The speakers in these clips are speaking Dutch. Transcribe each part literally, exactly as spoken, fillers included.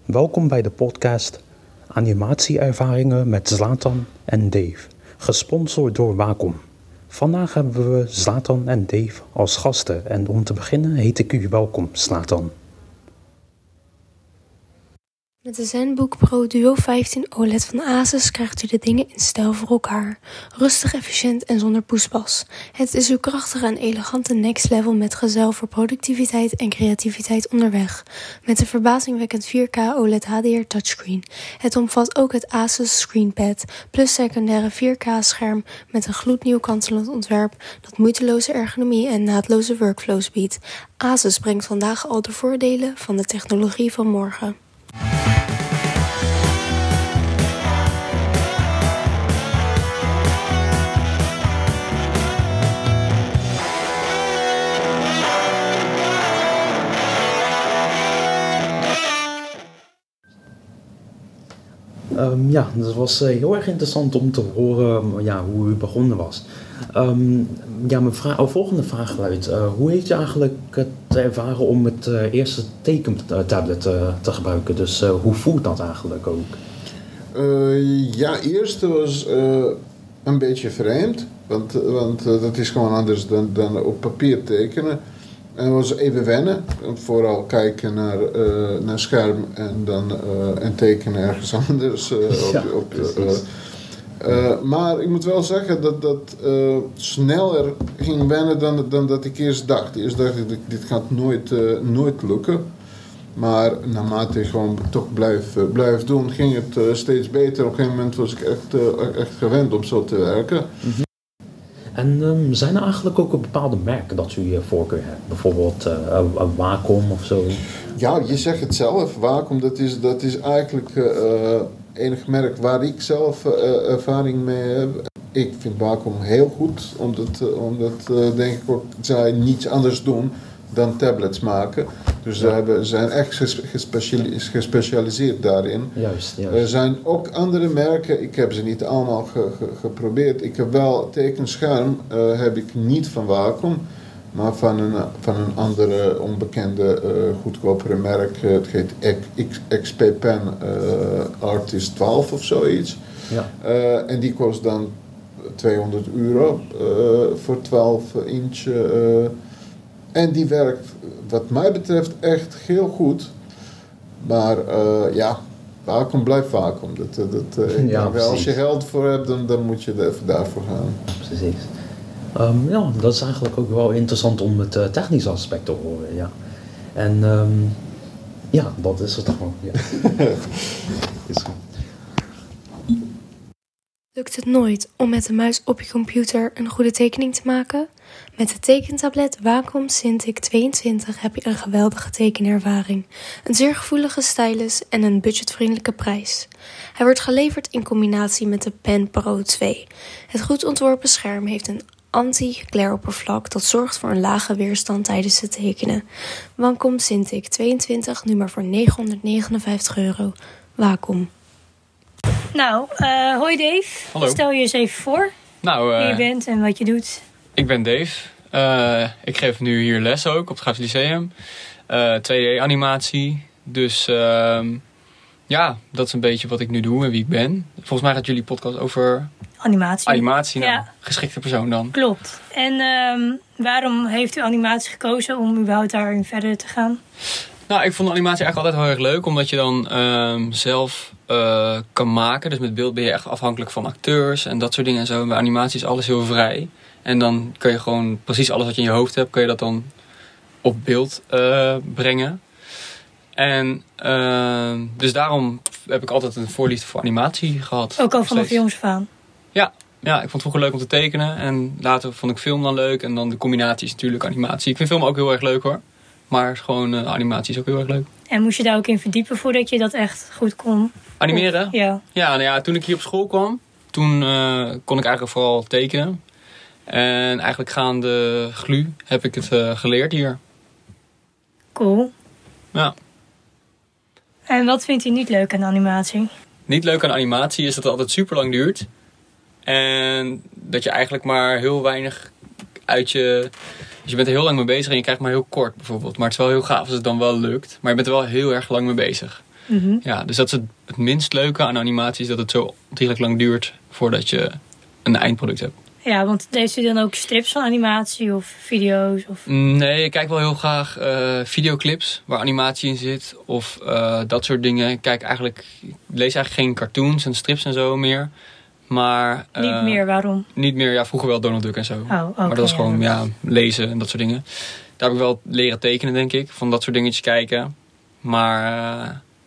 Welkom bij de podcast Animatieervaringen met Zlatan en Dave, gesponsord door Wacom. Vandaag hebben we Zlatan en Dave als gasten en om te beginnen heet ik u welkom, Zlatan. Met de ZenBook Pro Duo vijftien O L E D van Asus krijgt u de dingen in stijl voor elkaar. Rustig, efficiënt en zonder poespas. Het is uw krachtige en elegante next level met gezel voor productiviteit en creativiteit onderweg. Met een verbazingwekkend vier K O L E D H D R touchscreen. Het omvat ook het Asus ScreenPad, plus secundaire vier K scherm met een gloednieuw kantelend ontwerp dat moeiteloze ergonomie en naadloze workflows biedt. Asus brengt vandaag al de voordelen van de technologie van morgen. Um, ja, het was uh, heel erg interessant om te horen um, ja, hoe u begonnen was. Um, ja, mijn vra- oh, volgende vraag luidt, uh, hoe heeft u eigenlijk het ervaren om het uh, eerste tekentablet uh, te gebruiken? Dus uh, hoe voelt dat eigenlijk ook? Uh, ja, eerst was uh, een beetje vreemd, want, want uh, dat is gewoon anders dan, dan op papier tekenen. En het was even wennen, vooral kijken naar, uh, naar scherm en dan uh, en tekenen ergens anders. Uh, op, ja, op, uh, uh, maar ik moet wel zeggen dat dat uh, sneller ging wennen dan, dan dat ik eerst dacht. Eerst dacht ik, dit gaat nooit, uh, nooit lukken. Maar naarmate ik gewoon toch blijf, uh, blijf doen, ging het uh, steeds beter. Op een gegeven moment was ik echt, uh, echt gewend om zo te werken. Mm-hmm. En um, zijn er eigenlijk ook bepaalde merken dat u uh, voorkeur hebt? Bijvoorbeeld uh, een Wacom of zo? Ja, je zegt het zelf. Wacom, dat is, dat is eigenlijk het uh, enige merk waar ik zelf uh, ervaring mee heb. Ik vind Wacom heel goed, omdat, uh, omdat uh, denk ik ook, zij niets anders doen dan tablets maken. Dus ja. Ze hebben, zijn echt gespeciali- gespecialiseerd daarin. Juist, juist. Er zijn ook andere merken, ik heb ze niet allemaal ge- ge- geprobeerd. Ik heb wel tekenscherm, uh, heb ik niet van Wacom, maar van een, van een andere onbekende, uh, goedkopere merk. Uh, het heet X P Pen uh, Artist twaalf of zoiets. Ja. Uh, en die kost dan tweehonderd euro uh, voor twaalf inch. Uh, En die werkt, wat mij betreft, echt heel goed. Maar uh, ja, Wacom blijft Wacom. Dat, dat, uh, ja, wel, als je geld voor hebt, dan, dan moet je er even daarvoor gaan. Precies. Um, ja, dat is eigenlijk ook wel interessant om het uh, technische aspect te horen. Ja. En um, ja, dat is het gewoon. Ja. Is goed. Lukt het nooit om met de muis op je computer een goede tekening te maken? Met het tekentablet Wacom Cintiq tweeëntwintig heb je een geweldige tekenervaring, een zeer gevoelige stylus en een budgetvriendelijke prijs. Hij wordt geleverd in combinatie met de Pen Pro twee. Het goed ontworpen scherm heeft een anti-glare oppervlak dat zorgt voor een lage weerstand tijdens het tekenen. Wacom Cintiq tweeëntwintig, nu maar voor negenhonderdnegenenvijftig euro. Wacom. Nou, uh, hoi Dave. Hallo. Stel je eens even voor nou, uh, wie je bent en wat je doet. Ik ben Dave. Uh, ik geef nu hier les ook op het Grafisch Lyceum. Uh, twee D-animatie. Dus uh, ja, dat is een beetje wat ik nu doe en wie ik ben. Volgens mij gaat jullie podcast over animatie. Animatie, nou, ja. Geschikte persoon dan. Klopt. En uh, waarom heeft u animatie gekozen om überhaupt daarin verder te gaan? Nou, ik vond animatie eigenlijk altijd heel erg leuk. Omdat je dan uh, zelf uh, kan maken. Dus met beeld ben je echt afhankelijk van acteurs en dat soort dingen en zo. Bij animatie is alles heel vrij. En dan kun je gewoon precies alles wat je in je hoofd hebt, kun je dat dan op beeld uh, brengen. En uh, dus daarom heb ik altijd een voorliefde voor animatie gehad. Ook al vanaf jongs af aan? Ja, ja, ik vond het vroeger leuk om te tekenen. En later vond ik film dan leuk. En dan de combinatie is natuurlijk animatie. Ik vind film ook heel erg leuk hoor. Maar gewoon uh, animatie is ook heel erg leuk. En moest je daar ook in verdiepen voordat je dat echt goed kon? Animeren? Of, ja. Ja, nou ja, toen ik hier op school kwam, toen uh, kon ik eigenlijk vooral tekenen. En eigenlijk gaande glu heb ik het uh, geleerd hier. Cool. Ja. En wat vindt u niet leuk aan animatie? Niet leuk aan animatie is dat het altijd super lang duurt. En dat je eigenlijk maar heel weinig uit je... Dus je bent er heel lang mee bezig en je krijgt maar heel kort bijvoorbeeld. Maar het is wel heel gaaf als het dan wel lukt. Maar je bent er wel heel erg lang mee bezig. Mm-hmm. Ja, dus dat is het, het minst leuke aan animaties, dat het zo ontiegelijk lang duurt voordat je een eindproduct hebt. Ja, want deed u dan ook strips van animatie of video's? Of... Nee, ik kijk wel heel graag uh, videoclips waar animatie in zit. Of uh, dat soort dingen. Ik kijk eigenlijk, ik lees eigenlijk geen cartoons en strips en zo meer. Maar, uh, niet meer, waarom? Niet meer, ja, vroeger wel Donald Duck en zo. Oh, okay, maar dat was gewoon ja. ja, lezen en dat soort dingen. Daar heb ik wel leren tekenen, denk ik. Van dat soort dingetjes kijken. Maar uh,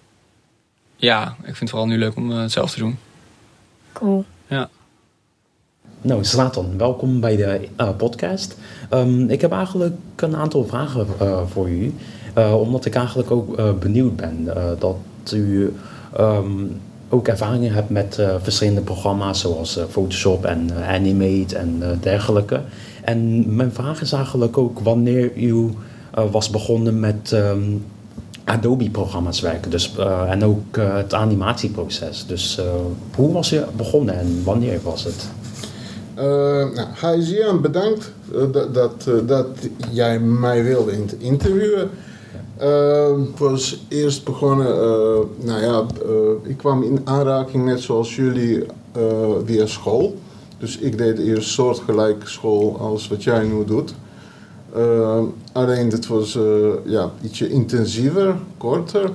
ja, ik vind het vooral nu leuk om uh, het zelf te doen. Cool. Ja. Nou, Zlatan, welkom bij de uh, podcast. Um, ik heb eigenlijk een aantal vragen uh, voor u. Uh, omdat ik eigenlijk ook uh, benieuwd ben uh, dat u um, ook ervaringen hebt met uh, verschillende programma's zoals uh, Photoshop en uh, Animate en uh, dergelijke. En mijn vraag is eigenlijk ook wanneer u uh, was begonnen met um, Adobe-programma's werken. Dus, uh, en ook uh, het animatieproces. Dus uh, hoe was u begonnen en wanneer was het? Uh, nou, Hi Zian, bedankt uh, dat, dat, uh, dat jij mij wilde interviewen. Uh, ik was eerst begonnen, uh, nou ja, uh, ik kwam in aanraking net zoals jullie uh, via school. Dus ik deed eerst soortgelijke school als wat jij nu doet. Uh, alleen dit was uh, ja, ietsje intensiever, korter.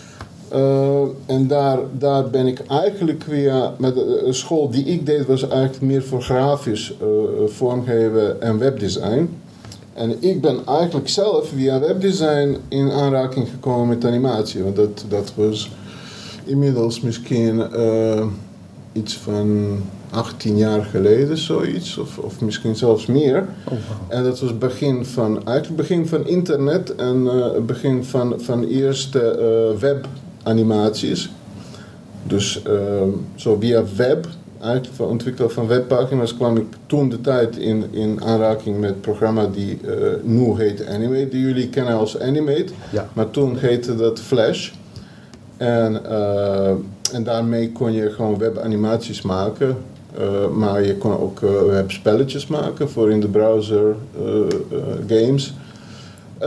Uh, en daar, daar ben ik eigenlijk via, met de school die ik deed was eigenlijk meer voor grafisch uh, vormgeven en webdesign. En ik ben eigenlijk zelf via webdesign in aanraking gekomen met animatie. Want dat, dat was inmiddels misschien uh, iets van achttien jaar geleden zoiets. Of, of misschien zelfs meer. Oh, wow. En dat was begin van, eigenlijk begin van internet en uh, begin van, van eerste uh, web animaties. Dus uh, zo via web, eigenlijk voor ontwikkelen van webpagina's, kwam ik toen de tijd in, in aanraking met het programma die uh, nu heet Animate, die jullie kennen als Animate. Ja. Maar toen heette dat Flash. En, uh, en daarmee kon je gewoon webanimaties maken. Uh, maar je kon ook uh, webspelletjes maken voor in de browser uh, uh, games. Uh,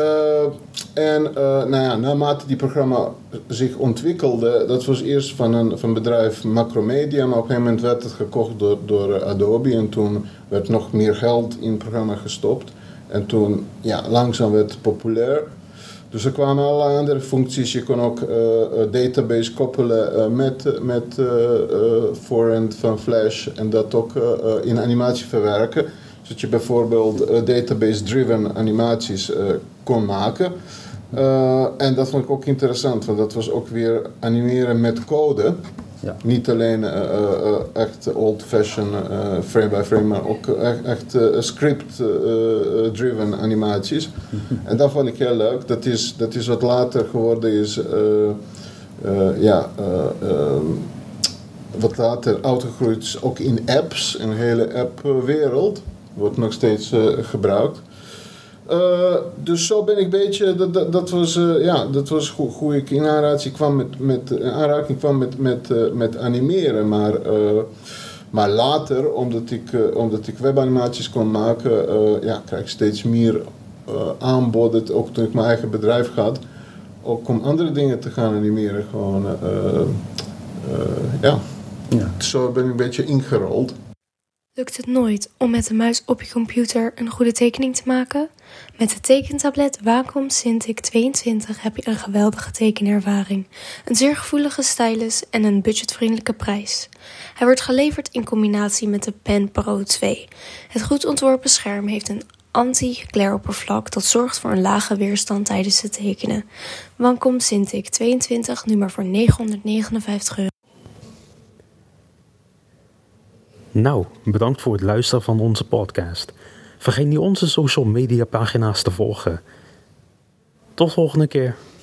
en uh, nou ja, naarmate die programma zich ontwikkelde, dat was eerst van een van bedrijf Macromedia, maar op een gegeven moment werd het gekocht door, door uh, Adobe en toen werd nog meer geld in het programma gestopt. En toen, ja, langzaam werd het populair. Dus er kwamen allerlei andere functies. Je kon ook uh, een database koppelen uh, met, met uh, uh, voorhand van Flash en dat ook uh, uh, in animatie verwerken. Zodat je bijvoorbeeld uh, database-driven animaties uh, kon maken. Uh, en dat vond ik ook interessant, want dat was ook weer animeren met code. Ja. Niet alleen uh, uh, echt old-fashioned uh, frame-by-frame, maar ook echt, echt uh, script-driven uh, animaties. En dat vond ik heel leuk. Dat is, dat is wat later geworden is, uh, uh, ja, uh, uh, wat later uitgegroeid is ook in apps, in de hele app-wereld. Wordt nog steeds uh, gebruikt. Uh, dus zo ben ik een beetje, dat, dat, dat was, uh, ja, dat was hoe, hoe ik in aanraking kwam met, met, aanraking kwam met, met, uh, met animeren. Maar, uh, maar later, omdat ik, uh, omdat ik webanimaties kon maken, uh, ja, krijg ik steeds meer uh, aanbod. Ook toen ik mijn eigen bedrijf had, ook om andere dingen te gaan animeren. Gewoon, uh, uh, ja. ja, zo ben ik een beetje ingerold. Lukt het nooit om met de muis op je computer een goede tekening te maken? Met het tekentablet Wacom Cintiq tweeëntwintig heb je een geweldige tekenervaring, een zeer gevoelige stylus en een budgetvriendelijke prijs. Hij wordt geleverd in combinatie met de Pen Pro twee. Het goed ontworpen scherm heeft een anti-glare oppervlak dat zorgt voor een lage weerstand tijdens het tekenen. Wacom Cintiq tweeëntwintig nu maar voor negenhonderdnegenenvijftig euro. Nou, bedankt voor het luisteren van onze podcast. Vergeet niet onze social media pagina's te volgen. Tot de volgende keer.